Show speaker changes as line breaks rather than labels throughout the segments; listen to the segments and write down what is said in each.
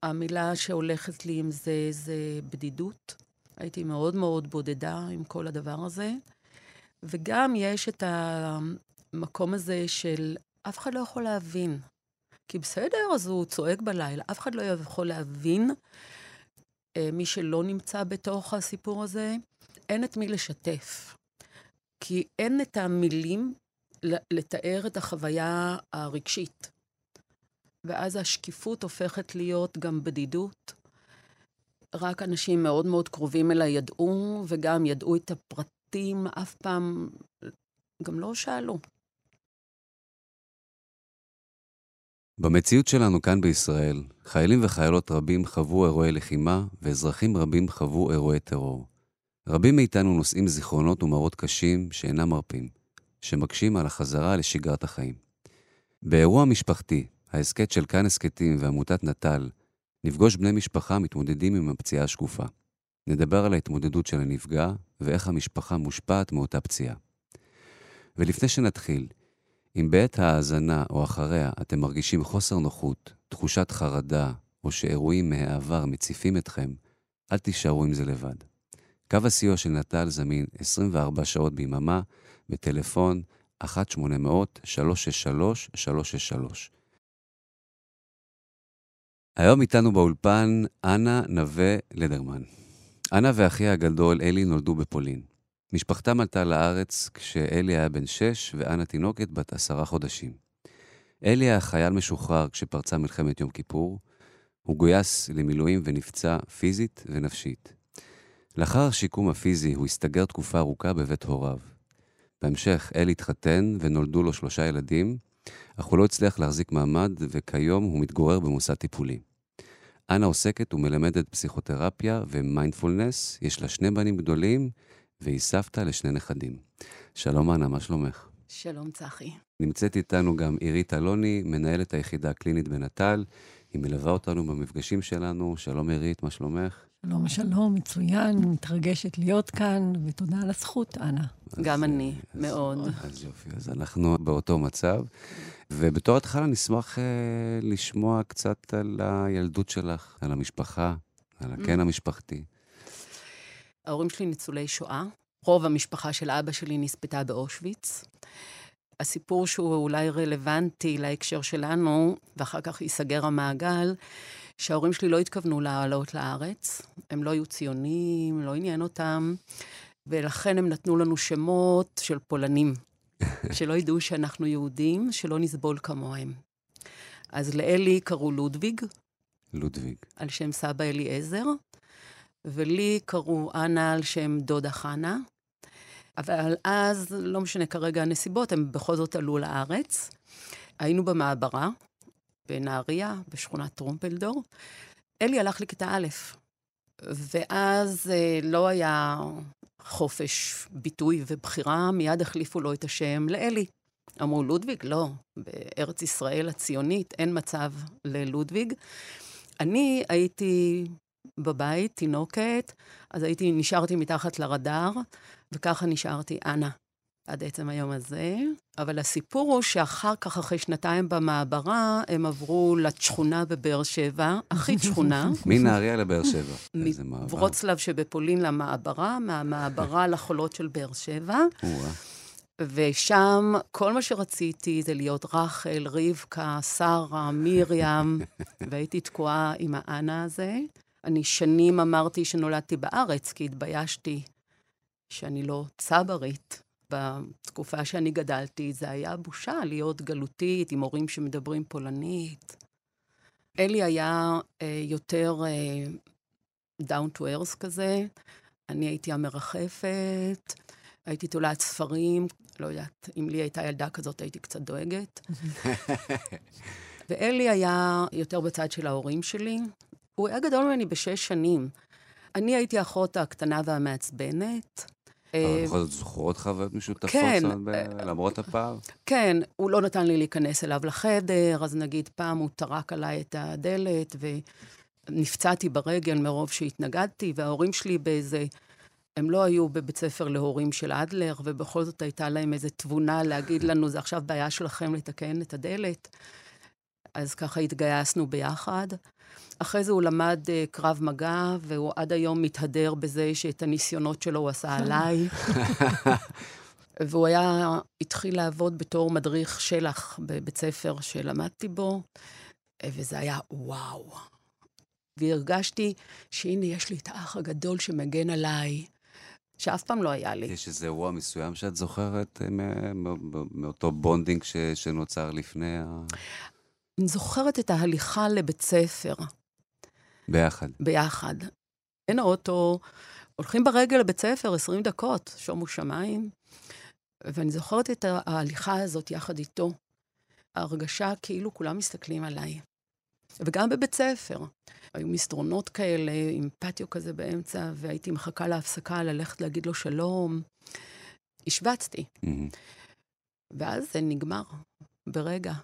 המילה שהולכת לי עם זה בדידות. הייתי מאוד מאוד בודדה עם כל הדבר הזה. וגם יש את המקום הזה של אף אחד לא יכול להבין. כי בסדר, אז הוא צועק בלילה. אף אחד לא יכול להבין מי שלא נמצא בתוך הסיפור הזה. אין את מי לשתף. כי אין את המילים לתאר את החוויה הרגשית. ואז השקיפות הופכת להיות גם בדידות. רק אנשים מאוד מאוד קרובים אליי ידעו, וגם ידעו את הפרטים, אף פעם גם לא שאלו.
במציאות שלנו כאן בישראל, חיילים וחיילות רבים חוו אירועי לחימה, ואזרחים רבים חוו אירועי טרור. רבים מאיתנו נושאים זיכרונות ומראות קשים שאינם מרפים, שמקשים על החזרה לשגרת החיים. באירוע משפחתי, ההסקט של כאן הסקטים ועמותת נטל, נפגוש בני משפחה מתמודדים עם הפציעה השקופה. נדבר על ההתמודדות של הנפגע, ואיך המשפחה מושפעת מאותה פציעה. ולפני שנתחיל, אם בעת ההאזנה או אחריה אתם מרגישים חוסר נוחות, תחושת חרדה, או שאירועים מהעבר מציפים אתכם, אל תישארו עם זה לבד. קו הסיוע של נטל זמין 24 שעות ביממה, בטלפון 1-800-363-363. היום איתנו באולפן אנה נווה לדרמן. אנה ואחיה הגדול אלי נולדו בפולין. משפחתם עלתה לארץ כשאלי היה בן 6 ואנה תינוקת בת 10 חודשים. אלי היה חייל משוחרר כשפרצה מלחמת יום כיפור. הוא גויס למילואים ונפצע פיזית ונפשית. לאחר השיקום הפיזי הוא הסתגר תקופה ארוכה בבית הוריו. בהמשך אלי התחתן ונולדו לו 3 ילדים, אך הוא לא הצליח להחזיק מעמד וכיום הוא מתגורר במוסד טיפולי. אנה עוסקת ומלמדת פסיכותרפיה ומיינדפולנס, יש לה 2 בנים גדולים והיא סבתא ל2 נכדים. שלום אנה, מה שלומך?
שלום צחי.
נמצאת איתנו גם עירית אלוני, מנהלת היחידה הקלינית בנטל. היא מלווה אותנו במפגשים שלנו. שלום עירית, מה שלומך?
שלום, שלום, מצוין, מתרגשת להיות כאן, ותודה על הזכות, אנה.
גם אני, מאוד.
אז יופי, אז אנחנו באותו מצב. ובתור התחלה נשמח לשמוע קצת על הילדות שלך, על המשפחה, על הקן המשפחתי.
ההורים שלי ניצולי שואה. רוב המשפחה של אבא שלי נספתה באושוויץ. הסיפור שהוא אולי רלוונטי להקשר שלנו, ואחר כך ייסגר המעגל, שההורים שלי לא התכוונו לעלות לארץ. הם לא היו ציונים, לא עניין אותם, ולכן הם נתנו לנו שמות של פולנים, שלא ידעו שאנחנו יהודים, שלא נסבול כמוהם. אז לאלי קראו לודוויג.
לודוויג.
על שם סבא אליעזר, ולי קראו אנה על שם דודה חנה. אבל אז, לא משנה כרגע הנסיבות, הם בכל זאת עלו לארץ. היינו במעברה, בנהריה, בשכונת טרומפלדור. אלי הלך לכיתה א', ואז לא היה חופש ביטוי ובחירה, מיד החליפו לו את השם לאלי. אמרו, לודוויג? לא, בארץ ישראל הציונית אין מצב ללודוויג. אני הייתי בבית, תינוקת, אז נשארתי מתחת לרדאר, וככה נשארתי אנה, עד עצם היום הזה. אבל הסיפור הוא שאחר כך, אחרי 2 במעברה, הם עברו לשכונה בבאר שבע, הכי שכונה.
מנהריה לבאר שבע. איזה מעבר.
מברוצלב שבפולין למעברה, מהמעברה לחולות של באר שבע. ושם כל מה שרציתי זה להיות רחל, רבקה, שרה, מרים, והייתי תקועה עם האנה הזה. אני שנים אמרתי שנולדתי בארץ, כי התביישתי שאני לא צברית. בתקופה שאני גדלתי, זה היה בושה להיות גלותית, עם הורים שמדברים פולנית. אלי היה יותר down to earth כזה. אני הייתי המרחפת, הייתי תולעת ספרים, לא יודעת, אם לי הייתה ילדה כזאת, הייתי קצת דואגת. ואלי היה יותר בצד של ההורים שלי. הוא היה גדול ממני ב6 שנים. אני הייתי האחות הקטנה והמעצבנת.
אבל בכל זאת זוכרות חוויות משותפות,
כן.
למרות הפער?
כן, הוא לא נתן לי להיכנס אליו לחדר, אז נגיד פעם הוא טרק עליי את הדלת, ונפצעתי ברגל מרוב שהתנגדתי, וההורים שלי הם לא היו בבית ספר להורים של אדלר, ובכל זאת הייתה להם איזו תבונה להגיד לנו, זה עכשיו בעיה שלכם לתקן את הדלת. אז ככה התגייסנו ביחד. אחרי זה הוא למד קרב מגע, והוא עד היום מתהדר בזה שאת הניסיונות שלו הוא עשה עליי. והוא התחיל לעבוד בתור מדריך שלח בבית ספר שלמדתי בו, וזה היה וואו. והרגשתי שהנה יש לי את האח הגדול שמגן עליי, שאף פעם לא היה לי.
יש איזה אירוע מסוים שאת זוכרת מאותו בונדינג שנוצר לפני
אני זוכרת את ההליכה לבית ספר.
ביחד.
ביחד. אין האוטו, הולכים ברגל לבית ספר 20 דקות, שומו שמיים. ואני זוכרת את ההליכה הזאת יחד איתו. ההרגשה כאילו כולם מסתכלים עליי. וגם בבית ספר. היו מסדרונות כאלה, עם פטיו כזה באמצע, והייתי מחכה להפסקה, ללכת להגיד לו שלום. השבצתי. ואז זה נגמר, ברגע.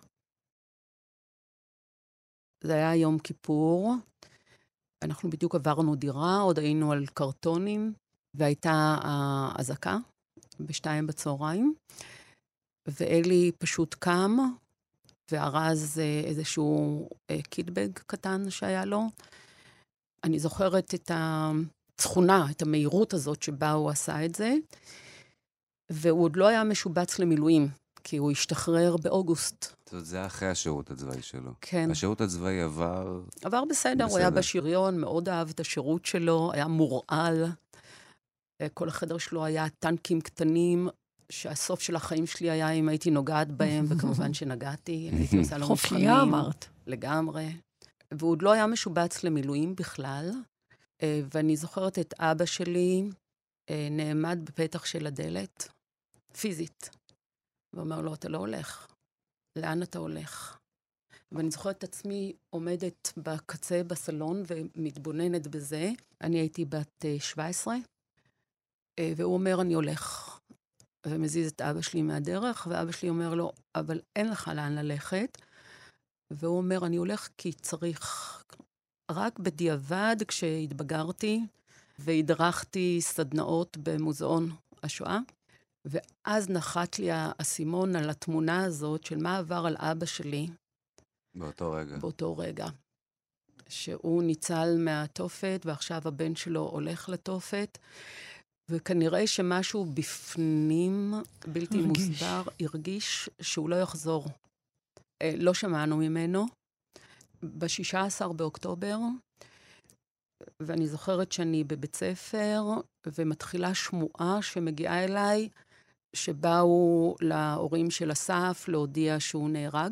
זה היה יום כיפור, אנחנו בדיוק עברנו דירה, עוד היינו על קרטונים, והייתה האזעקה, ב14:00, ואלי פשוט קם, וארז איזשהו קיטבג קטן שהיה לו. אני זוכרת את התכונה, את המהירות הזאת שבה הוא עשה את זה, והוא עוד לא היה משובץ למילואים, כי הוא השתחרר באוגוסט.
זאת אומרת, זה אחרי השירות הצבאי שלו.
כן.
השירות הצבאי עבר...
עבר בסדר, הוא היה בשריון, מאוד אהב את השירות שלו, היה מורעל. כל החדר שלו היה טנקים קטנים, שהסוף של החיים שלי היה אם הייתי נוגעת בהם, וכמובן שנגעתי, הייתי עושה לו מבחנים.
חופשייה אמרת.
לגמרי. והוא עוד לא היה משובץ למילואים בכלל, ואני זוכרת את אבא שלי נעמד בפתח של הדלת, פיזית, ואומר לו, אתה לא הולך. לאן אתה הולך? ואני זוכרת את עצמי עומדת בקצה בסלון ומתבוננת בזה. אני הייתי בת 17, והוא אומר, אני הולך. ומזיז את אבא שלי מהדרך, ואבא שלי אומר לו, אבל אין לך לאן ללכת. והוא אומר, אני הולך כי צריך. רק בדיעבד, כשהתבגרתי, והדרכתי סדנאות במוזיאון השואה, ואז נחת לי האסימון על התמונה הזאת של מה עבר על אבא שלי.
באותו רגע.
באותו רגע. שהוא ניצל מהתופת, ועכשיו הבן שלו הולך לתופת, וכנראה שמשהו בפנים, בלתי מוסבר, הרגיש שהוא לא יחזור. לא שמענו ממנו. ב16 באוקטובר, ואני זוכרת שאני בבית ספר, ומתחילה שמועה שמגיעה אליי, שבאו להורים של אסף להודיע שהוא נהרג,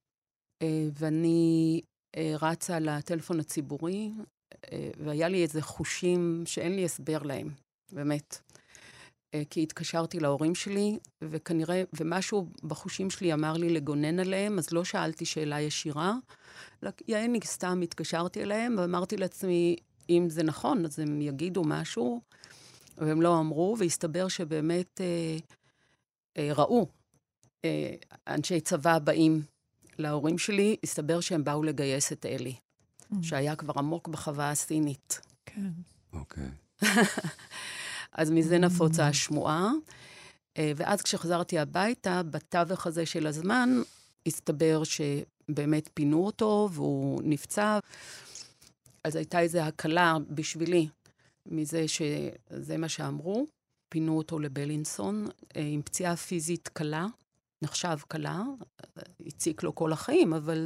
ואני רצה לטלפון הציבורי, והיה לי איזה חושים שאין לי הסבר להם, באמת. כי התקשרתי להורים שלי, וכנראה, ומשהו בחושים שלי אמר לי לגונן עליהם, אז לא שאלתי שאלה ישירה, יעני סתם התקשרתי אליהם, ואמרתי לעצמי, אם זה נכון, אז הם יגידו משהו, והם לא אמרו, והסתבר שבאמת ראו אנשי צבא באים להורים שלי, הסתבר שהם באו לגייס את אלי, שהיה כבר עמוק בחווה הסינית.
כן.
אוקיי.
אז מזה נפוצה השמועה, ואז כשחזרתי הביתה, בתווך הזה של הזמן, הסתבר שבאמת פינו אותו, והוא נפצע. אז הייתה איזו הקלה בשבילי, מזה שזה מה שאמרו. פינו אותו לבלינסון, עם פציעה פיזית קלה, נחשב קלה, הציק לו כל החיים, אבל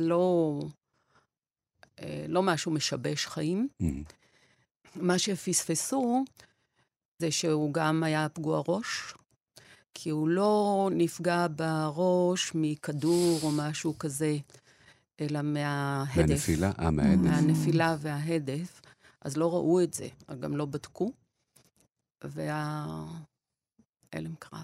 לא משהו משבש חיים. מה שפספסו, זה שהוא גם היה פגוע ראש, כי הוא לא נפגע בראש מכדור או משהו כזה, אלא מההדף.
מהנפילה? מההדף.
מהנפילה וההדף. אז לא ראו את זה, גם לא בדקו. הלם קרב.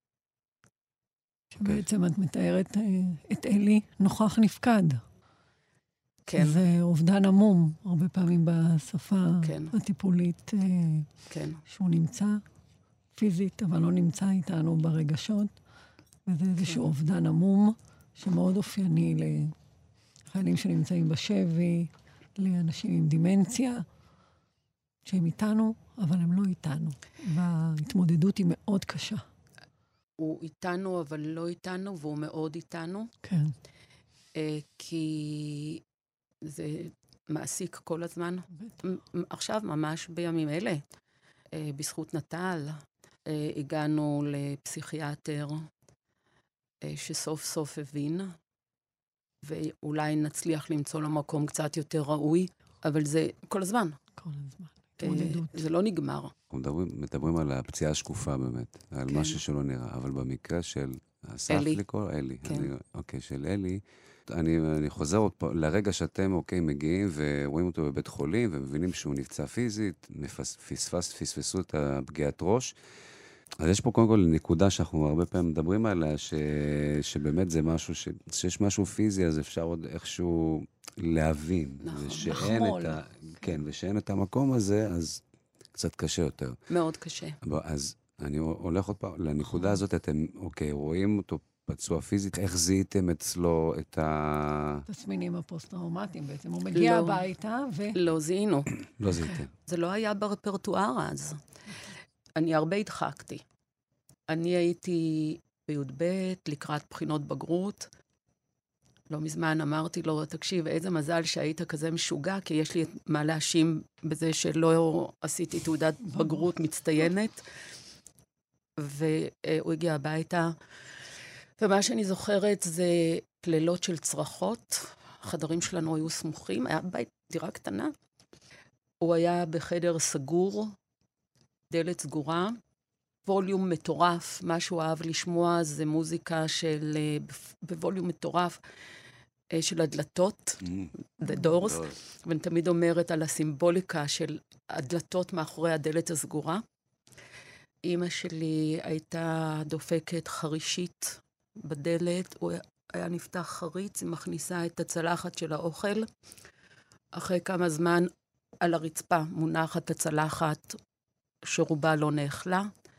שבעצם את מתארת את אלי נוכח נפקד.
כן.
זה אובדן עמום, הרבה פעמים בשפה הטיפולית,
כן.
שהוא נמצא פיזית, אבל לא נמצא איתנו ברגשות. וזה איזשהו אובדן עמום, שמאוד אופייני לחיילים שנמצאים בשבי, לאנשים עם דימנציה, שהם איתנו, אבל הם לא איתנו. וההתמודדות היא מאוד קשה.
הוא איתנו, אבל לא איתנו, והוא מאוד איתנו.
כן.
כי זה מעסיק כל הזמן. עכשיו, ממש בימים אלה, בזכות נטל, הגענו לפסיכיאטר שסוף סוף הבין, ואולי נצליח למצוא לו מקום קצת יותר ראוי, אבל זה כל הזמן.
כל הזמן. התמודדות.
זה לא נגמר.
אנחנו מדברים על הפציעה השקופה באמת, על משהו שלא נראה, אבל במקרה של
אלי.
אלי.
כן.
אוקיי, של אלי. אני חוזר עוד פה, לרגע שאתם, מגיעים ורואים אותו בבית חולים, ומבינים שהוא נפצע פיזית, פספסו את הפגיעת ראש. אז יש פה קודם כל נקודה שאנחנו הרבה פעמים מדברים עליה, שבאמת זה משהו, שיש משהו פיזי, אז אפשר עוד איכשהו להבין.
נכון.
לחמול.
כן, ושאין את המקום הזה, אז קצת קשה יותר.
מאוד קשה.
אז אני הולך עוד פעם, לנקודה הזאת, אתם, רואים אותו פצוע פיזית, איך זיהיתם אצלו את
תסמינים הפוסט-טראומטיים בעצם. הוא מגיע הביתה
לא זיהינו.
לא זיהיתם.
זה לא היה ברפרטואר אז. אני הרבה הדחקתי. אני הייתי בי"ב לקראת בחינות בגרות. לא מזמן אמרתי לו, תקשיב, איזה מזל שהיית כזה משוגע, כי יש לי מה להאשים בזה שלא עשיתי תעודת בגרות מצטיינת. והוא הגיע הביתה, ומה שאני זוכרת זה לילות של צרחות. החדרים שלנו היו סמוכים, היה בית, דירה קטנה. הוא היה בחדר סגור, דלת סגורה, ווליום מטורף. מה שהוא אהב לשמוע זה מוזיקה בווליום מטורף של הדלתות, The Doors, ואני תמיד אומרת על הסימבוליקה של הדלתות מאחורי הדלת הסגורה. אמא שלי הייתה דופקת חרישית בדלת, הוא היה נפתח חריץ, היא מכניסה את הצלחת של האוכל. אחרי כמה זמן על הרצפה מונחת הצלחת שרובה לא נאכלה.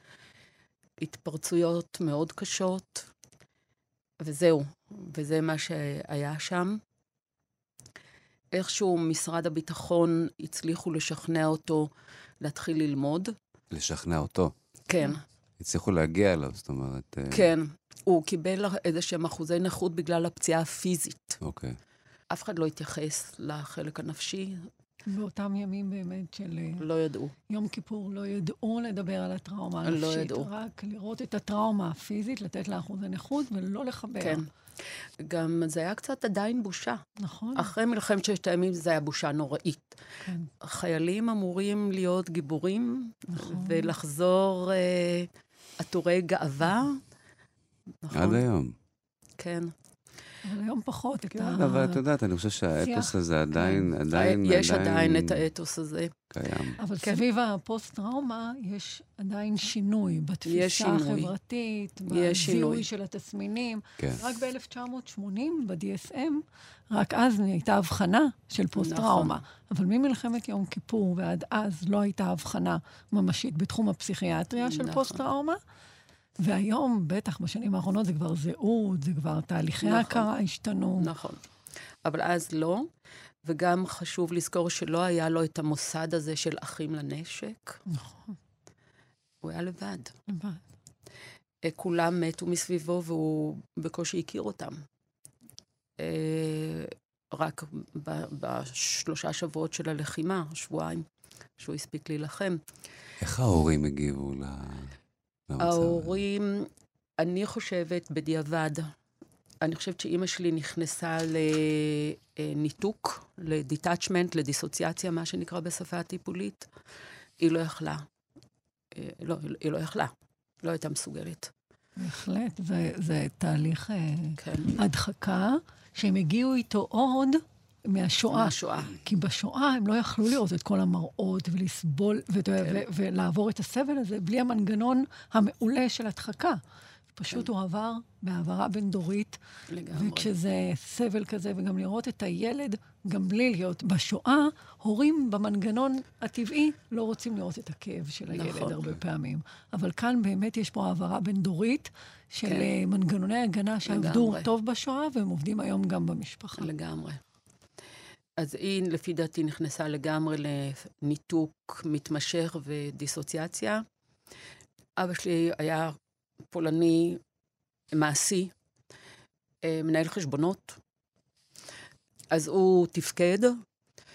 התפרצויות מאוד קשות, וזהו, וזה מה שהיה שם. איכשהו משרד הביטחון הצליחו לשכנע אותו להתחיל ללמוד.
לשכנע אותו?
כן.
הצליחו להגיע אליו, זאת אומרת...
כן, הוא קיבל איזשהם אחוזי נכות בגלל הפציעה הפיזית.
אוקיי.
אף אחד לא התייחס לחלק הנפשי.
באותם ימים באמת של...
לא ידעו.
יום כיפור לא ידעו לדבר על הטראומה הנפשית.
לא ידעו.
רק לראות את הטראומה הפיזית, לתת לה אחוזי נכות ולא לחבר.
כן. גם זה היה קצת עדיין בושה.
נכון.
אחרי מלחמת ששת הימים זה היה בושה נוראית.
כן.
החיילים אמורים להיות גיבורים,
נכון.
ולחזור עטורי גאווה. נכון.
עד היום.
כן.
אבל היום פחות.
אבל את יודעת, אני חושב שהאתוס הזה עדיין...
יש עדיין את האתוס הזה.
קיים.
אבל סביב הפוסט-טראומה יש עדיין שינוי בתפיסה החברתית, בזיהוי של התסמינים. רק ב-1980 ב-DSM, רק אז הייתה הבחנה של פוסט-טראומה. אבל ממלחמת יום כיפור ועד אז לא הייתה הבחנה ממשית בתחום הפסיכיאטריה של פוסט-טראומה. והיום, בטח בשנים האחרונות, זה כבר זהות, זה כבר תהליכי ההכרה השתנו.
נכון. אבל אז לא, וגם חשוב לזכור שלא היה לו את המוסד הזה של אחים לנשק.
נכון.
הוא היה לבד.
לבד.
כולם מתו מסביבו, והוא בקושי הכיר אותם. רק בשלושה שבועות של הלחימה, שבועיים, שהוא הספיק להילחם.
איך ההורים הגיבו
ההורים, אני חושבת בדיעבד, אני חושבת שאימא שלי נכנסה לניתוק, לדיטאצ'מנט, לדיסוציאציה, מה שנקרא בשפה הטיפולית. היא לא יכלה. היא לא יכלה. לא הייתה מסוגלת.
בהחלט, זה תהליך הדחקה, שהם הגיעו איתו עוד מהשואה. כי בשואה הם לא יכלו לראות את כל המראות ולסבול ולעבור את הסבל הזה בלי המנגנון המעולה של הדחקה. פשוט הוא עבר בהעברה בין-דורית, וכשזה סבל כזה, וגם לראות את הילד, גם בלי להיות בשואה, הורים במנגנון הטבעי לא רוצים לראות את הכאב של הילד הרבה פעמים. אבל כאן באמת יש פה העברה בין-דורית של מנגנוני הגנה שעבדו טוב בשואה, והם עובדים היום גם במשפחה.
לגמרי. אז היא, לפי דעתי, נכנסה לגמרי לניתוק מתמשך ודיסוציאציה. אבא שלי היה פולני מעשי, מנהל חשבונות. אז הוא תפקד,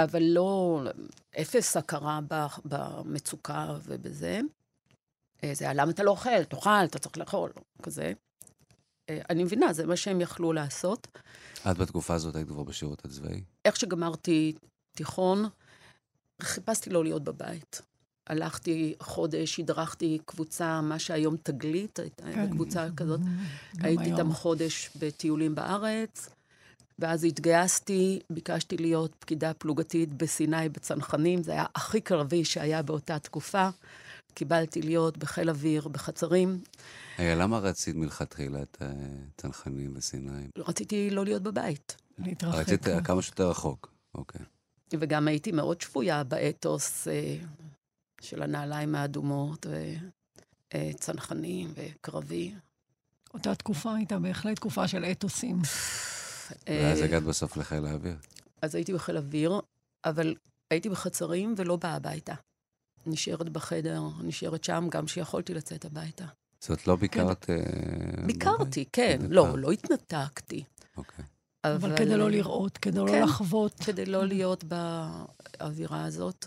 אבל לא, אפס הכרה במצוקה ובזה. זה היה, למה אתה לא אוכל? תאכל, אתה צריך לאכול, כזה. אני מבינה, זה מה שהם יכלו לעשות.
את בתקופה הזאת היית כבר בשירות הצבאי?
איך שגמרתי תיכון, חיפשתי לא להיות בבית. הלכתי חודש, הדרכתי קבוצה, מה שהיום תגלית, הייתה קבוצה כזאת. הייתי איתם חודש בטיולים בארץ, ואז התגייסתי, ביקשתי להיות פקידה פלוגתית בסיני בצנחנים, זה היה הכי קרבי שהיה באותה תקופה. קיבלתי להיות בחיל אוויר, בחצרים.
למה רצית מלכתחילה את צנחנים וסיני?
רציתי לא להיות בבית.
להתרחק.
רצית כמה שיותר רחוק, אוקיי.
וגם הייתי מאוד שבויה באתוס של הנעליים האדומות, צנחנים וקרבי.
אותה תקופה הייתה בהחלט תקופה של אתוסים.
ואז הגעת בסוף לחיל האוויר.
אז הייתי בחיל אוויר, אבל הייתי בחצרים ולא באה הביתה. נשארת בחדר, נשארת שם, גם שיכולתי לצאת הביתה.
זאת אומרת, לא ביקרת...
ביקרתי, כן. לא התנתקתי.
אוקיי.
אבל כדי לא לראות, כדי לא לחוות.
כדי לא להיות באווירה הזאת.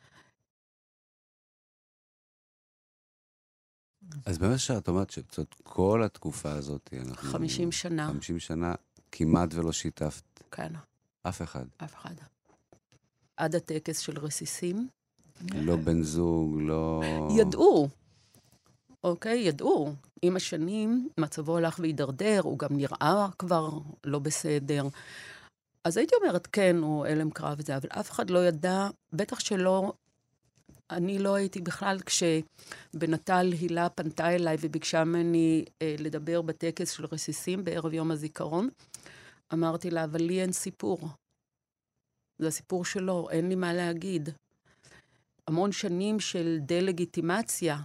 אז באמת שאת אומרת שאת כל התקופה הזאת,
50 שנה.
50 שנה, כמעט ולא שיתפת.
כן.
אף אחד.
אף אחד. עד הטקס של רסיסים.
לא בן זוג, לא...
ידעו. אוקיי, ידעו. עם השנים, מצבו הלך והידרדר, הוא גם נראה כבר לא בסדר. אז הייתי אומרת, כן, הוא אלם קרב וזה, אבל אף אחד לא ידע, בטח שלא, אני לא הייתי בכלל, כשבנטל הילה פנתה אליי וביקשה ממני לדבר בטקס של רסיסים בערב יום הזיכרון, אמרתי לה, אבל לי אין סיפור. זה הסיפור שלו, אין לי מה להגיד. המון שנים של דה-לגיטימציה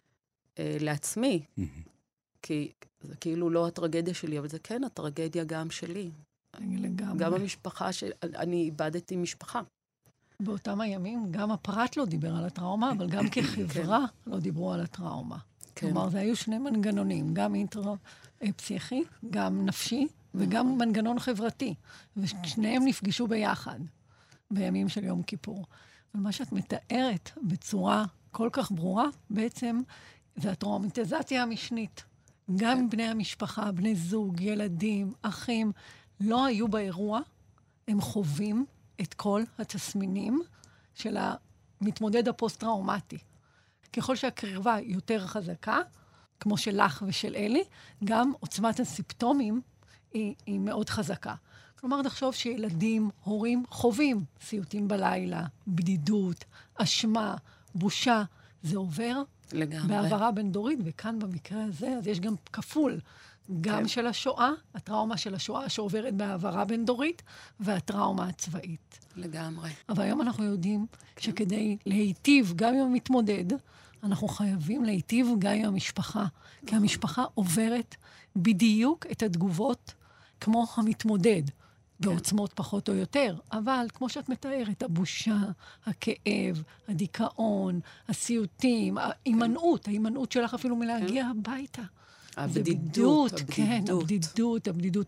לעצמי, כי זה כאילו לא הטרגדיה שלי, אבל זה כן הטרגדיה גם שלי.
לגמרי.
גם המשפחה, אני איבדתי משפחה.
באותם הימים גם הפרט לא דיבר על הטראומה, אבל גם כחברה לא דיברו על הטראומה. כלומר, זה היו שני מנגנונים, גם אינטרו-פסיכי, גם נפשי, וגם מנגנון חברתי. ושניהם נפגשו ביחד, בימים של יום כיפור. אבל מה שאת מתארת בצורה כל כך ברורה, בעצם זה הטראומטיזציה המשנית. גם בני המשפחה, בני זוג, ילדים, אחים, לא היו באירוע, הם חווים את כל התסמינים של המתמודד הפוסט-טראומטי. ככל שהקרבה יותר חזקה, כמו שלך ושל אלי, גם עוצמת הסימפטומים היא מאוד חזקה. כלומר, נחשוב שילדים, הורים, חווים סיוטים בלילה, בדידות, אשמה, בושה. זה עובר בעברה בין דורית, וכאן במקרה הזה, אז יש גם כפול. גם של השואה, הטראומה של השואה שעוברת בעברה בין דורית, והטראומה הצבאית.
לגמרי.
אבל היום אנחנו יודעים שכדי להיטיב גם עם המתמודד, אנחנו חייבים להיטיב גם עם המשפחה. כי המשפחה עוברת בדיוק את התגובות כמו המתמודד. בעוצמות פחות או יותר, אבל כמו שאת מתארת, הבושה, הכאב, הדיכאון, הסיוטים, ההימנעות שלך אפילו מלהגיע הביתה.
הבדידות,
כן, הבדידות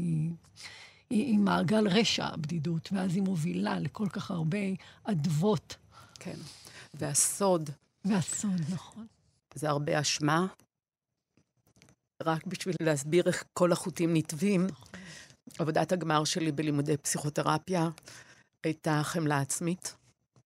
היא מעגל רשע, הבדידות, ואז היא מובילה לכל כך הרבה אדוות.
כן, והסוד.
נכון.
זה הרבה אשמה, רק בשביל להסביר איך כל החוטים נתווים. עבודת הגמר שלי בלימודי פסיכותרפיה הייתה חמלה עצמית.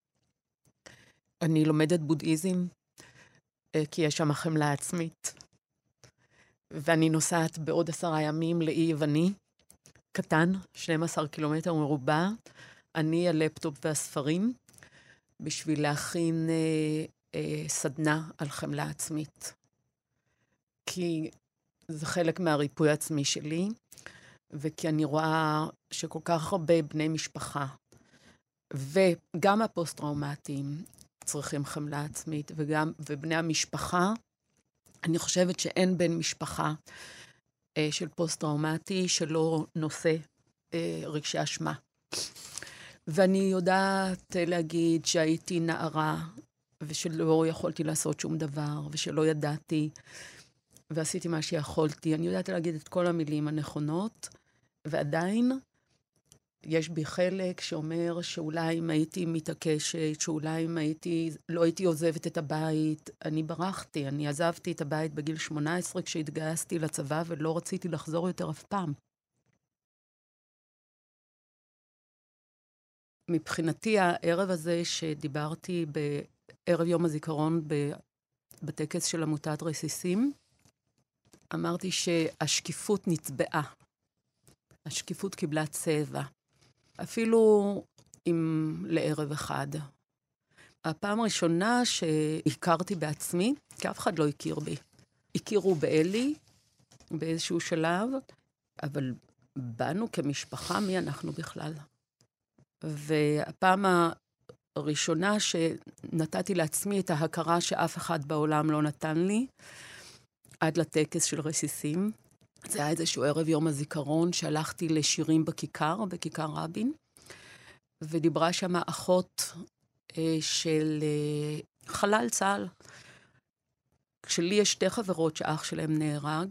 אני לומדת בודהיזם, כי יש שם חמלה עצמית. ואני נוסעת בעוד 10 ימים לאי יווני, קטן, 12 קילומטר מרובע, אני, הלפטופ והספרים, בשביל להכין סדנה על חמלה עצמית. כי זה חלק מהריפוי העצמי שלי, וכי אני רואה שכל כך הרבה בני משפחה, וגם הפוסט-טראומטיים צריכים חמלה עצמית, ובני המשפחה, אני חושבת שאין בן משפחה של פוסט-טראומטי שלא נושא רגשי אשמה. ואני יודעת להגיד שהייתי נערה, ושלא יכולתי לעשות שום דבר, ושלא ידעתי, ועשיתי מה שיכולתי. אני יודעת להגיד את כל המילים הנכונות, ועדיין יש בי חלק שאומר שאולי אם הייתי מתעקשת, שאולי אם לא הייתי עוזבת את הבית, אני ברחתי, אני עזבתי את הבית בגיל 18 כשהתגייסתי לצבא ולא רציתי לחזור יותר אף פעם. מבחינתי הערב הזה שדיברתי בערב יום הזיכרון בטקס של עמותת רסיסים, אמרתי שהשקיפות נצבעה. השקיפות קיבלה צבע. אפילו אם לערב אחד. הפעם הראשונה שהכרתי בעצמי, כי אף אחד לא הכיר בי. הכירו באלי באיזשהו שלב, אבל באנו כמשפחה, מי אנחנו בכלל? והפעם הראשונה שנתתי לעצמי את ההכרה שאף אחד בעולם לא נתן לי, עד לטקס של רסיסים. זה היה איזשהו ערב יום הזיכרון, שהלכתי לשירים בכיכר רבין, ודיברה שם אחות של חלל צה"ל. כשלי יש 2 חברות שאח שלהם נהרג,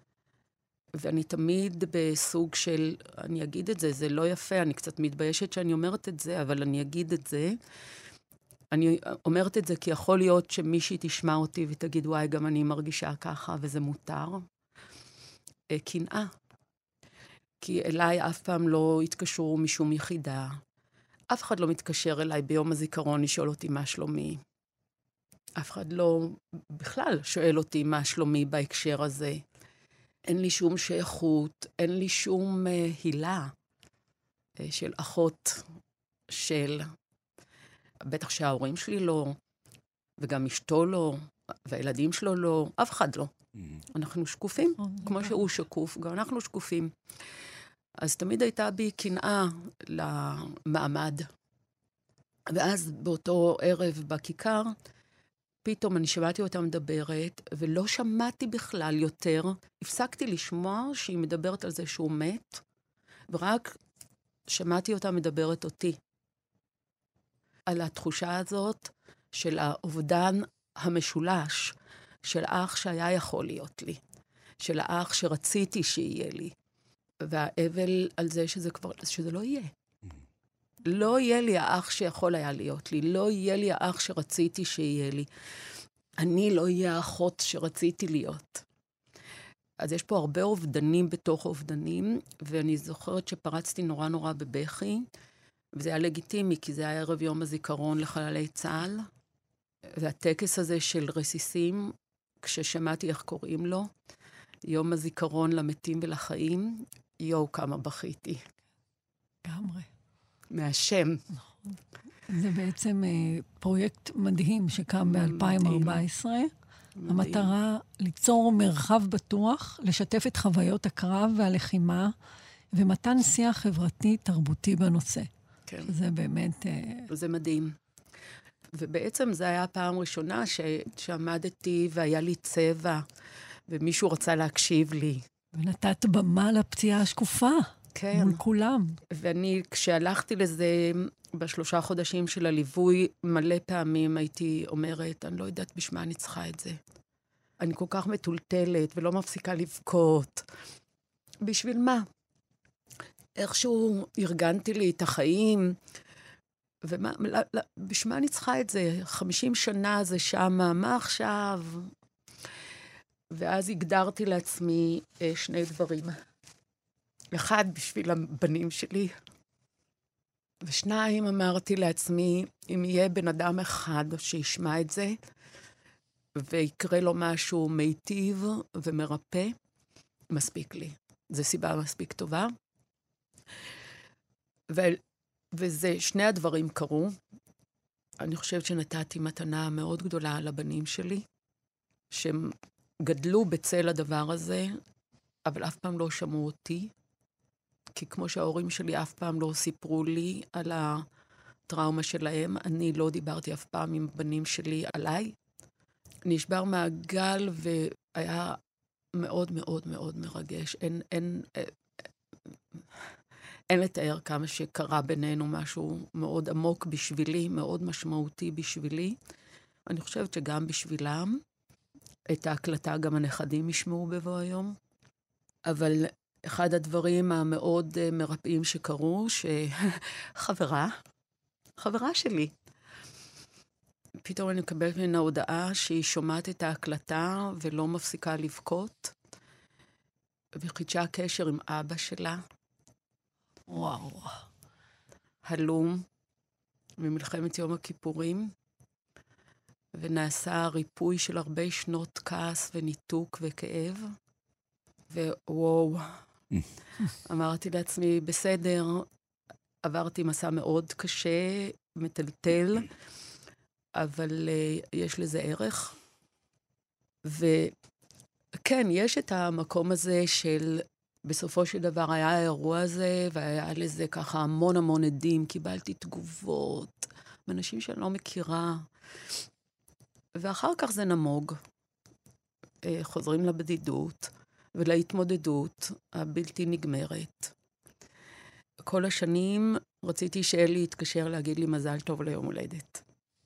ואני תמיד בסוג של, אני אגיד את זה, זה לא יפה, אני קצת מתביישת שאני אומרת את זה, אבל אני אגיד את זה. אני אומרת את זה כי יכול להיות שמישהי תשמע אותי ותגיד, וואי, גם אני מרגישה ככה, וזה מותר. קנאה. כי אליי אף פעם לא התקשרו משום יחידה. אף אחד לא מתקשר אליי ביום הזיכרון לשאול אותי מה שלומי. אף אחד לא בכלל שואל אותי מה שלומי בהקשר הזה. אין לי שום שייכות, אין לי שום הילה של אחות של... בטח שההורים שלי לא, וגם אשתו לא, והילדים שלו לא, אף אחד לא. אנחנו שקופים, כמו שהוא שקוף, גם אנחנו שקופים. אז תמיד הייתה בי קנאה למעמד. ואז באותו ערב בכיכר, פתאום אני שמעתי אותה מדברת, ולא שמעתי בכלל יותר, הפסקתי לשמוע שהיא מדברת על זה שהוא מת, ורק שמעתי אותה מדברת אותי. על התחושה הזאת של האובדן המשולש, של האח שהיה יכול להיות לי, של האח שרציתי שיהיה לי, והאבל על זה שזה לא יהיה. לא יהיה לי האח שיכול היה להיות לי, לא יהיה לי האח שרציתי שיהיה לי. אני לא אהיה האחות שרציתי להיות. אז יש פה הרבה אובדנים בתוך אובדנים, ואני זוכרת שפרצתי נורא נורא בבכי, וזה היה לגיטימי, כי זה היה ערב יום הזיכרון לחללי צה"ל, והטקס הזה של רסיסים, כששמעתי איך קוראים לו, יום הזיכרון למתים ולחיים, כמה בכיתי.
לגמרי.
מהשם.
נכון. זה בעצם פרויקט מדהים שקם ב-2014. המטרה ליצור מרחב בטוח, לשתף את חוויות הקרב והלחימה, ומתן שיח חברתי תרבותי בנושא.
כן.
זה באמת...
זה מדהים. ובעצם זו הייתה הפעם ראשונה שעמדתי והיה לי צבע, ומישהו רצה להקשיב לי.
ונתת במה לפציעה השקופה.
כן.
מול כולם.
ואני, כשהלכתי לזה ב3 חודשים של הליווי, מלא פעמים הייתי אומרת, אני לא יודעת בשמה אני צריכה את זה. אני כל כך מטולטלת ולא מפסיקה לבכות. בשביל מה? איכשהו ארגנתי לי את החיים, בשמה אני צריכה את זה? 50 שנה זה שמה, מה עכשיו? ואז הגדרתי לעצמי 2 דברים. 1, בשביל הבנים שלי. ו2, אמרתי לעצמי, אם יהיה בן אדם אחד שישמע את זה, ויקרה לו משהו מיטיב ומרפא, מספיק לי. זו סיבה מספיק טובה. וזה, 2 הדברים קרו. אני חושבת שנתתי מתנה מאוד גדולה לבנים שלי, שהם גדלו בצל הדבר הזה, אבל אף פעם לא שמעו אותי, כי כמו שההורים שלי אף פעם לא סיפרו לי על הטראומה שלהם, אני לא דיברתי אף פעם עם בנים שלי עליי. נשבר מעגל והיה מאוד מאוד מאוד מרגש. אין לתאר כמה שקרה בינינו משהו מאוד עמוק בשבילי, מאוד משמעותי בשבילי. אני חושבת שגם בשבילם, את ההקלטה גם הנכדים ישמעו בבוא היום. אבל אחד הדברים המאוד מרפאים שקרו, חברה שלי, פתאום אני מקבלת ממנה הודעה שהיא שומעת את ההקלטה ולא מפסיקה לבכות, וחידשה קשר עם אבא שלה.
וואו.
הלום, ממלחמת יום הכיפורים, ונעשה ריפוי של הרבה שנות כעס וניתוק וכאב, ווואו, אמרתי לעצמי, בסדר, עברתי מסע מאוד קשה, מטלטל, אבל יש לזה ערך. וכן, יש את המקום הזה של, בסופו של דבר היה האירוע הזה, והיה לזה ככה המון המון עדים, קיבלתי תגובות, מאנשים שאני לא מכירה, ואחר כך זה נמוג. חוזרים לבדידות ולהתמודדות הבלתי נגמרת. כל השנים רציתי שאלי יתקשר להגיד לי מזל טוב ליום הולדת.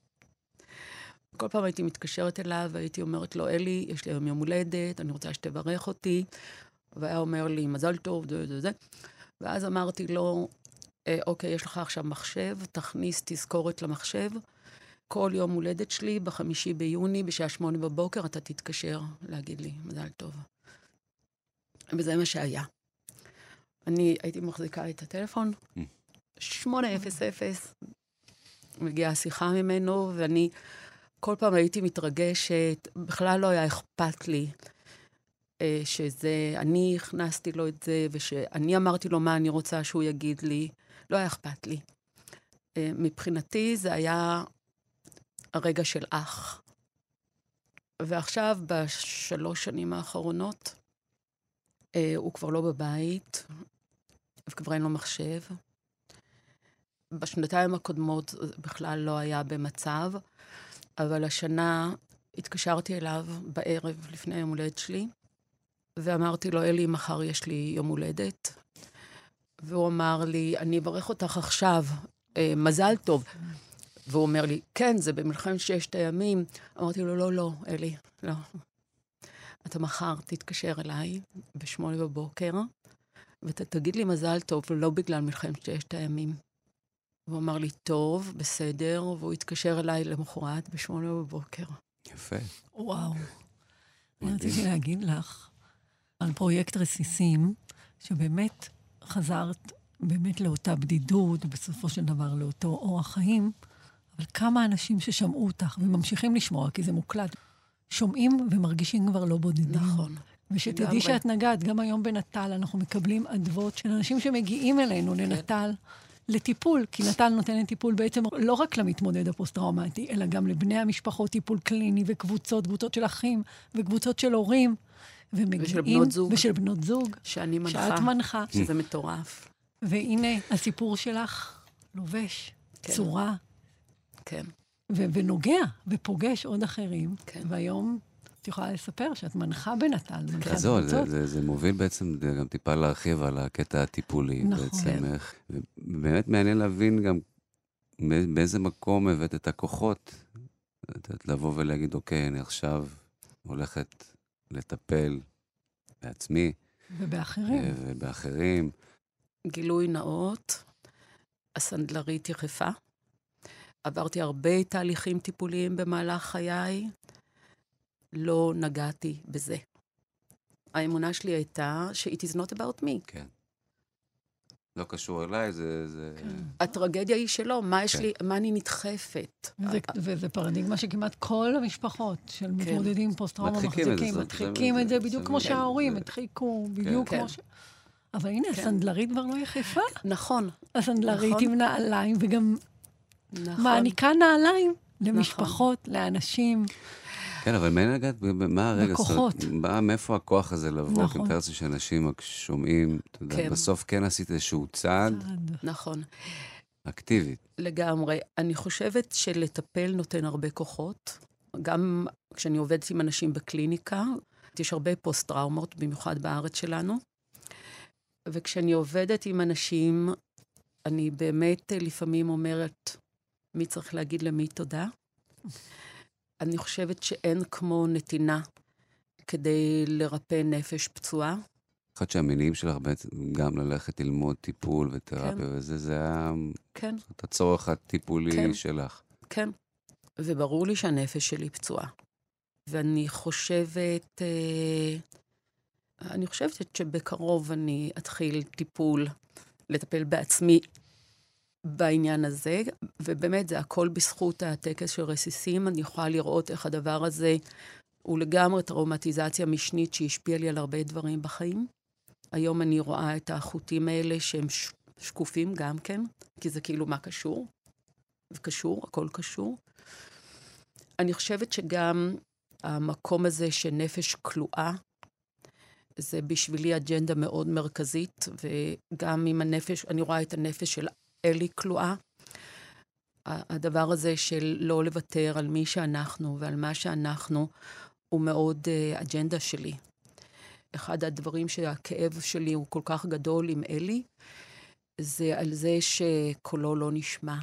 כל פעם הייתי מתקשרת אליו, והייתי אומרת לו, אלי, יש לי היום יום הולדת, אני רוצה שתברך אותי. והיה אומר לי, מזל טוב, זה. ואז אמרתי לו, אוקיי, יש לך עכשיו מחשב, תכניס תזכורת למחשב. כל יום הולדת שלי, ב5 ביוני, בשעה 8 בבוקר, אתה תתקשר להגיד לי, מזל טוב. וזה מה שהיה. אני הייתי מחזיקה את הטלפון, 800, מגיעה שיחה ממנו, ואני כל פעם הייתי מתרגשת, בכלל לא היה אכפת לי, שזה, אני הכנסתי לו את זה, ושאני אמרתי לו מה אני רוצה שהוא יגיד לי, לא היה אכפת לי. מבחינתי זה היה הרגע של אח. ועכשיו, ב3 שנים האחרונות, הוא כבר לא בבית, וכבר אין לו מחשב. בשנתיים הקודמות בכלל לא היה במצב, אבל השנה התקשרתי אליו בערב לפני יום הולדת שלי, ואמרתי לו, אלי, מחר יש לי יום הולדת. והוא אמר לי, אני אברך אותך עכשיו, מזל טוב. והוא אומר לי, כן, זה במלחמת 6 הימים. אמרתי לו, לא, אלי, לא. אתה מחר תתקשר אליי ב8 בבוקר, ואתה תגיד לי מזל טוב, ולא בגלל מלחמת 6 הימים. והוא אמר לי, טוב, בסדר, והוא התקשר אליי למחרת ב8 בבוקר.
יפה.
וואו. אני רציתי להגיד לך על פרויקט רסיסים, שבאמת חזרת באמת לאותה בדידות, בסופו של דבר לאותו אורח חיים, אבל כמה אנשים ששמעו אותך וממשיכים לשמוע, כי זה מוקלט, שומעים ומרגישים כבר לא בודדים.
נכון.
ושתדעי שאת נגעת, גם היום בנטל אנחנו מקבלים אדוות של אנשים שמגיעים אלינו לנטל, לטיפול, כי נטל נותנת טיפול בעצם לא רק למתמודד הפוסט-טראומטי, אלא גם לבני המשפחות, טיפול קליני וקבוצות, קבוצות של אחים וקבוצות של הורים,
ושל בנות זוג.
ושל בנות זוג.
שאני מנחה.
שאת מנחה.
שזה מטורף.
והנה, הסיפור שלך לובש,
כן.
צורה.
כן.
ונוגע, ופוגש עוד אחרים.
כן.
והיום את יכולה לספר שאת מנחה בנטל, מנחת
זהו,
קבוצות.
זה מוביל בעצם גם טיפה להרחיב על הקטע הטיפולי.
נכון.
בעצם, באמת מעניין להבין גם באיזה מקום הבאת את הכוחות, לבוא ולהגיד, אוקיי, אני עכשיו הולכת לטפל בעצמי. ובאחרים.
גילוי נאות, הסנדלרית יחפה. עברתי הרבה תהליכים טיפוליים במהלך חיי, לא נגעתי בזה. האמונה שלי הייתה ש-it is not about me.
כן. לא קשור אליי, זה...
הטרגדיה היא שלא, מה יש
כן.
לי, מה אני נדחפת.
וזה פרדיגמה שכמעט כל המשפחות של מתמודדים פוסט-טראומה מדחיקים את זה בדיוק כמו שההורים הדחיקו, בדיוק כמו ש... אבל הנה, הסנדלרית כבר לא יחפה.
נכון.
הסנדלרית עם נעליים, וגם מעניקה נעליים למשפחות, לאנשים.
כן, אבל מעניין לגעת, מה הרגע?
בכוחות.
מאיפה הכוח הזה לבוא?
נכון.
כי מתאר לעצמי שאנשים שומעים, אתה יודע, בסוף כן עשית איזשהו צעד.
נכון.
אקטיבית.
לגמרי. אני חושבת שלטפל נותן הרבה כוחות. גם כשאני עובדת עם אנשים בקליניקה, יש הרבה פוסט-טראומות, במיוחד בארץ שלנו. וכשאני עובדת עם אנשים, אני באמת לפעמים אומרת, מי צריך להגיד למי תודה? אני חושבת שאין כמו נתינה כדי לרפא נפש פצועה.
חושבת שהמניעים שלך בעצם גם ללכת ללמוד טיפול ותרפיה, וזה, זה היה...
כן.
את הצורך הטיפולי שלך.
כן. וברור לי שהנפש שלי פצועה. ואני חושבת, שבקרוב אני אתחיל טיפול, לטפל בעצמי בעניין הזה, ובאמת זה הכל בזכות הטקס של רסיסים. אני יכולה לראות איך הדבר הזה הוא לגמרי טראומטיזציה משנית שהשפיעה לי על הרבה דברים בחיים. היום אני רואה את החוטים האלה שהם שקופים גם כן, כי זה כאילו מה קשור, וקשור, הכל קשור. אני חושבת שגם המקום הזה שנפש כלואה, זה בשבילי אג'נדה מאוד מרכזית, וגם עם הנפש, אני רואה את הנפש של אלי כלואה, הדבר הזה של לא לוותר על מי שאנחנו ועל מה שאנחנו, הוא מאוד אג'נדה שלי. אחד הדברים שהכאב שלי הוא כל כך גדול עם אלי, זה על זה שקולו לא נשמע.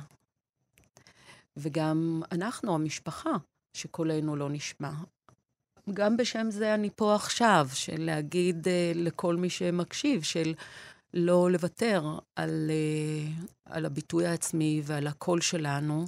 וגם אנחנו, המשפחה, שקולנו לא נשמע. גם בשם זה אני פה עכשיו, של להגיד לכל מי שמקשיב, של לא לוותר על הביטוי העצמי ועל הקול שלנו,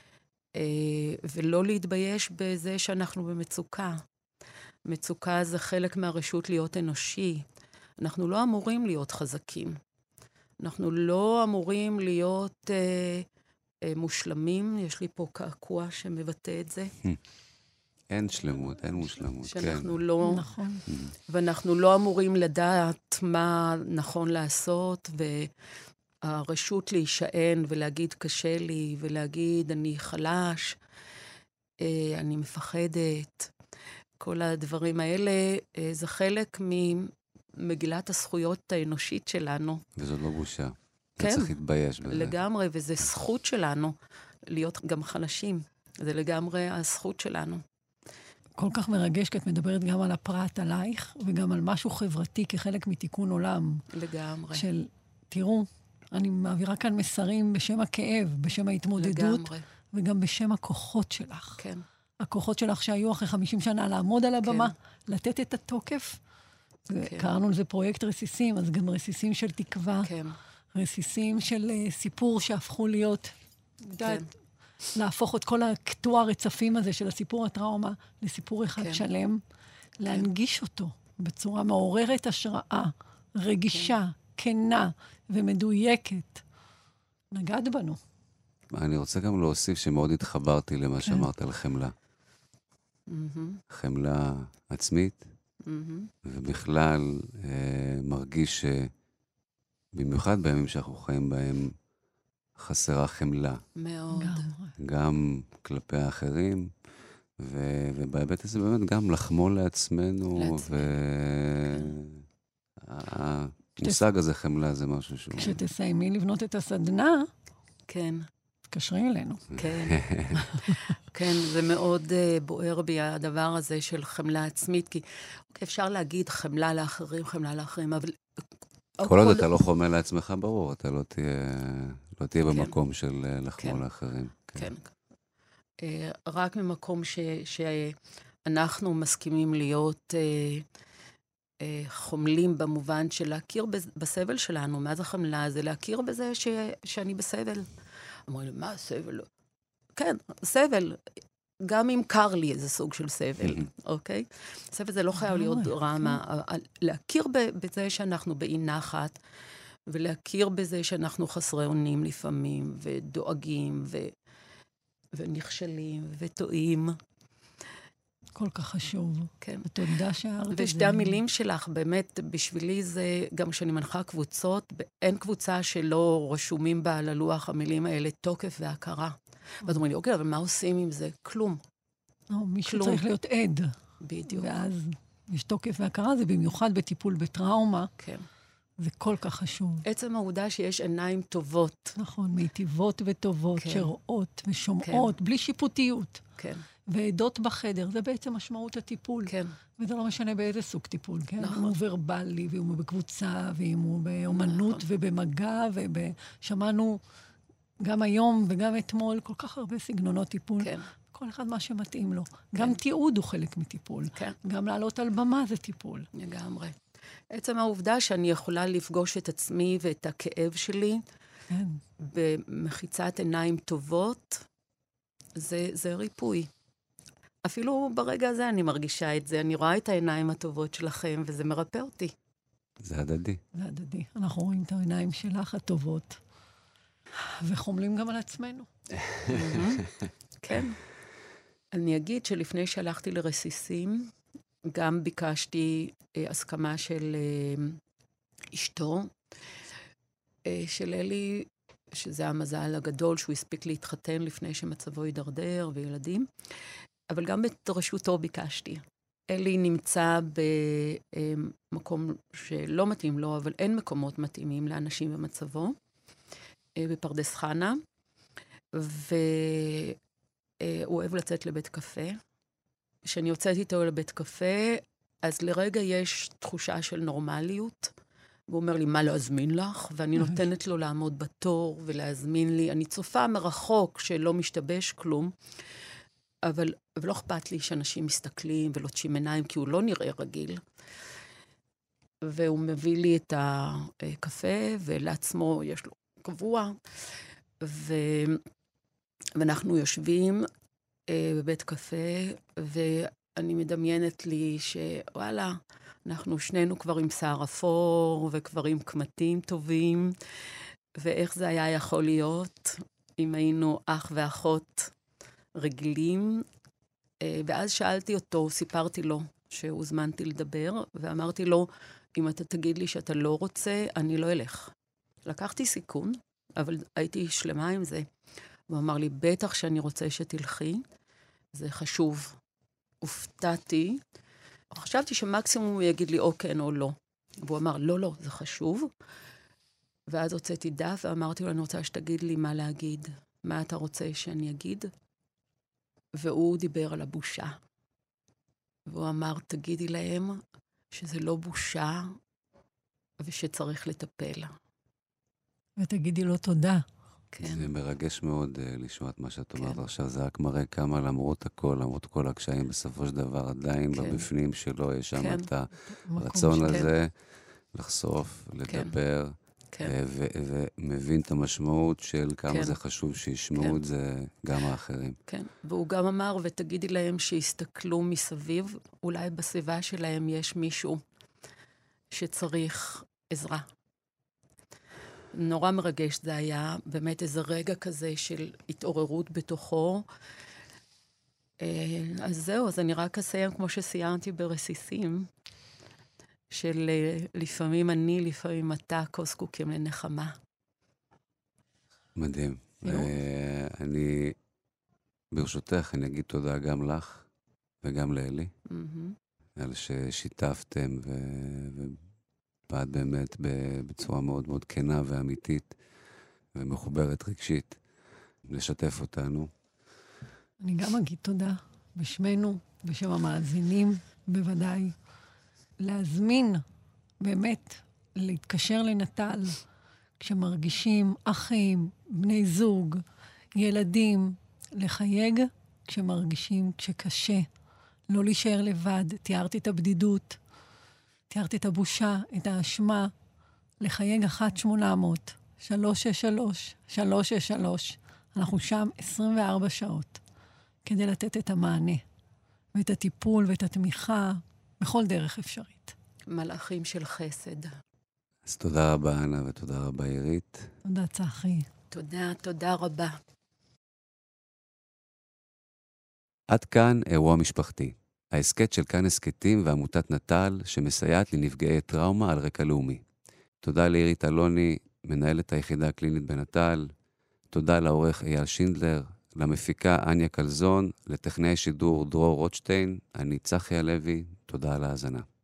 ולא להתבייש בזה שאנחנו במצוקה. מצוקה זה חלק מהרשות להיות אנושי. אנחנו לא אמורים להיות חזקים. אנחנו לא אמורים להיות מושלמים. יש לי פה קעקוע שמבטא את זה.
אין שלמות, אין מושלמות.
שאנחנו לא... נכון. ואנחנו לא אמורים לדעת מה נכון לעשות, והרשות להישען ולהגיד קשה לי, ולהגיד אני חלש, אני מפחדת. כל הדברים האלה, זה חלק ממגילת הזכויות האנושית שלנו.
וזו לא בושה.
כן.
צריך להתבייש בזה.
לגמרי, וזה זכות שלנו להיות גם חלשים. זה לגמרי הזכות שלנו.
כל כך מרגש, כי את מדברת גם על הפרט עלייך, וגם על משהו חברתי כחלק מתיקון עולם.
לגמרי.
של, תראו, אני מעבירה כאן מסרים בשם הכאב, בשם ההתמודדות,
לגמרי.
וגם בשם הכוחות שלך.
כן.
הכוחות שלך שהיו אחרי 50 שנה לעמוד על הבמה, כן. לתת את התוקף. כן. קראנו לזה פרויקט רסיסים, אז גם רסיסים של תקווה.
כן.
רסיסים של סיפור שהפכו להיות,
כן.
להפוך את כל הקטוע הרצפים הזה של הסיפור הטראומה לסיפור אחד
כן.
שלם, להנגיש אותו בצורה מעוררת השראה, רגישה, כנה ומדויקת. נגעת בנו.
אני רוצה גם להוסיף שמאוד התחברתי למה שאמרת על חמלה. חמלה עצמית, ובכלל מרגיש שבמיוחד בימים שאנחנו חיים בהם, חסרה חמלה.
מאוד.
גם כלפי האחרים, ובהיבט הזה באמת גם לחמול לעצמנו, והמושג הזה חמלה זה משהו שהוא...
כשתסיימי לבנות את הסדנה,
כן.
תקשרי אלינו.
כן. כן, זה מאוד בוער בי הדבר הזה של חמלה עצמית, כי אפשר להגיד חמלה לאחרים, אבל...
כל עוד אתה לא חומל לעצמך, ברור, אתה לא תהיה במקום של לחמול לאחרים.
כן. רק ממקום שאנחנו מסכימים להיות חומלים במובן של להכיר בסבל שלנו. מה זה חמלה? זה להכיר בזה שאני בסבל. אמרו לי, מה סבל? כן, סבל. גם אם קר לי איזה סוג של סבל, אוקיי? סבל זה לא חייב להיות דרמה. להכיר בזה שאנחנו באי נחת, ולהכיר בזה שאנחנו חסרי אונים לפעמים, ודואגים, ונכשלים, וטועים.
כל כך חשוב.
כן.
ותודה שהערת את זה.
ושתי המילים שלך, באמת, בשבילי זה, גם כשאני מנחה קבוצות, אין קבוצה שלא רשומים בה על הלוח המילים האלה, תוקף והכרה. ואת אומרת לי, אוקיי, אבל מה עושים עם זה? כלום.
מישהו צריך להיות עד.
בדיוק.
ואז יש תוקף והכרה, זה במיוחד בטיפול בטראומה.
כן.
זה כל כך חשוב.
עצם העובדה שיש עיניים טובות.
נכון, מיטיבות וטובות, שרואות ושומעות, בלי שיפוטיות.
כן.
ועדות בחדר, זה בעצם משמעות הטיפול.
כן.
וזה לא משנה באיזה סוג טיפול, כן? נכון. אם הוא ורבלי, ואם הוא בקבוצה, ואם הוא באומנות ובמגע, שמענו גם היום וגם אתמול כל כך הרבה סגנונות טיפול.
כן.
כל אחד מה שמתאים לו. גם תיעוד הוא חלק מטיפול.
כן.
גם לעלות על במה זה טיפול.
לגמרי. עצם העובדה שאני יכולה לפגוש את עצמי ואת הכאב שלי,
כן.
במחיצת עיניים טובות, זה ריפוי. אפילו ברגע הזה אני מרגישה את זה, אני רואה את העיניים הטובות שלכם, וזה מרפא אותי.
זה הדדי.
זה הדדי. אנחנו רואים את העיניים שלך הטובות, וחומלים גם על עצמנו.
כן. אני אגיד שלפני שהלכתי לרסיסים, גם ביקשתי הסכמה של אשתו, של אלי, שזה המזל הגדול, שהוא הספיק להתחתן לפני שמצבו יידרדר וילדים, אבל גם ברשותו ביקשתי. אלי נמצא במקום שלא מתאים לו, אבל אין מקומות מתאימים לאנשים במצבו, בפרדס חנה, והוא אוהב לצאת לבית קפה. כשאני יוצאת איתו לבית קפה, אז לרגע יש תחושה של נורמליות, והוא אומר לי, מה להזמין לך? ואני נותנת לו לעמוד בתור ולהזמין לי. אני צופה מרחוק שלא משתבש כלום, אבל לא אכפת לי שאנשים מסתכלים ולוטשים עיניים, כי הוא לא נראה רגיל. והוא מביא לי את הקפה, ולעצמו יש לו קבוע, ואנחנו יושבים בבית קפה, ואני מדמיינת לי שוואלה, אנחנו שנינו כבר עם שיער אפור, וכבר עם קמטים טובים, ואיך זה היה יכול להיות אם היינו אח ואחות רגילים. ואז שאלתי אותו, סיפרתי לו שהוזמנתי לדבר, ואמרתי לו, אם אתה תגיד לי שאתה לא רוצה, אני לא אלך. לקחתי סיכון, אבל הייתי שלמה עם זה. הוא אמר לי, בטח שאני רוצה שתלכי, זה חשוב. הופתעתי, חשבתי שמקסימום הוא יגיד לי או כן או לא. והוא אמר, לא, זה חשוב. ואז הוצאתי דף ואמרתי לו, אני רוצה שתגיד לי מה להגיד. מה אתה רוצה שאני אגיד? והוא דיבר על הבושה. והוא אמר, תגידי להם שזה לא בושה ושצריך לטפל.
ותגידי לו תודה.
כן.
זה מרגש מאוד לשמוע את מה שאת אומרת
כן.
עכשיו. זה רק מראה כמה למרות כל הקשיים, בסופו של דבר עדיין
כן.
בבפנים שלו יש שם
כן.
את הרצון
מקום
הזה לחשוף, לדבר,
כן.
ומבין את המשמעות של כמה
כן.
זה חשוב שישמעו
כן.
את זה גם האחרים.
כן. והוא גם אמר, ותגידי להם שיסתכלו מסביב, אולי בסביבה שלהם יש מישהו שצריך עזרה. נורא מרגש זה היה, באמת איזה רגע כזה של התעוררות בתוכו. אז זהו, אז אני רק אסיים כמו שסיימתי ברסיסים, של לפעמים אני, לפעמים אתה, כה זקוקים לנחמה.
מדהים. אני, ברשותך, אני אגיד תודה גם לך וגם לאלי, על ששיתפתם ובאת באמת בצורה מאוד מאוד כנה ואמיתית ומחוברת רגשית לשתף אותנו.
אני גם אגיד תודה בשמנו, בשם המאזינים, בוודאי. להזמין, באמת, להתקשר לנטל, כשמרגישים אחים, בני זוג, ילדים, לחייג כשמרגישים, כשקשה. לא להישאר לבד, תיארתי את הבדידות, תיארתי את הבושה, את האשמה, לחייג 1-800-363-363. אנחנו שם 24 שעות, כדי לתת את המענה, ואת הטיפול ואת התמיכה, בכל דרך אפשרית.
מלאכים של חסד.
אז תודה רבה, אנה, ותודה רבה, עירית.
תודה, צחי.
תודה רבה.
עד כאן אירוע משפחתי. ההסקט של כאן הסקטים ועמותת נטל שמסייעת לנפגעי טראומה על רקע לאומי. תודה לעירית אלוני, מנהלת היחידה הקלינית בנטל. תודה לעורך אייל שינדלר, למפיקה אניה קלזון, לטכנאי שידור דרור רוטשטיין, אני צחי הלוי, תודה על ההאזנה.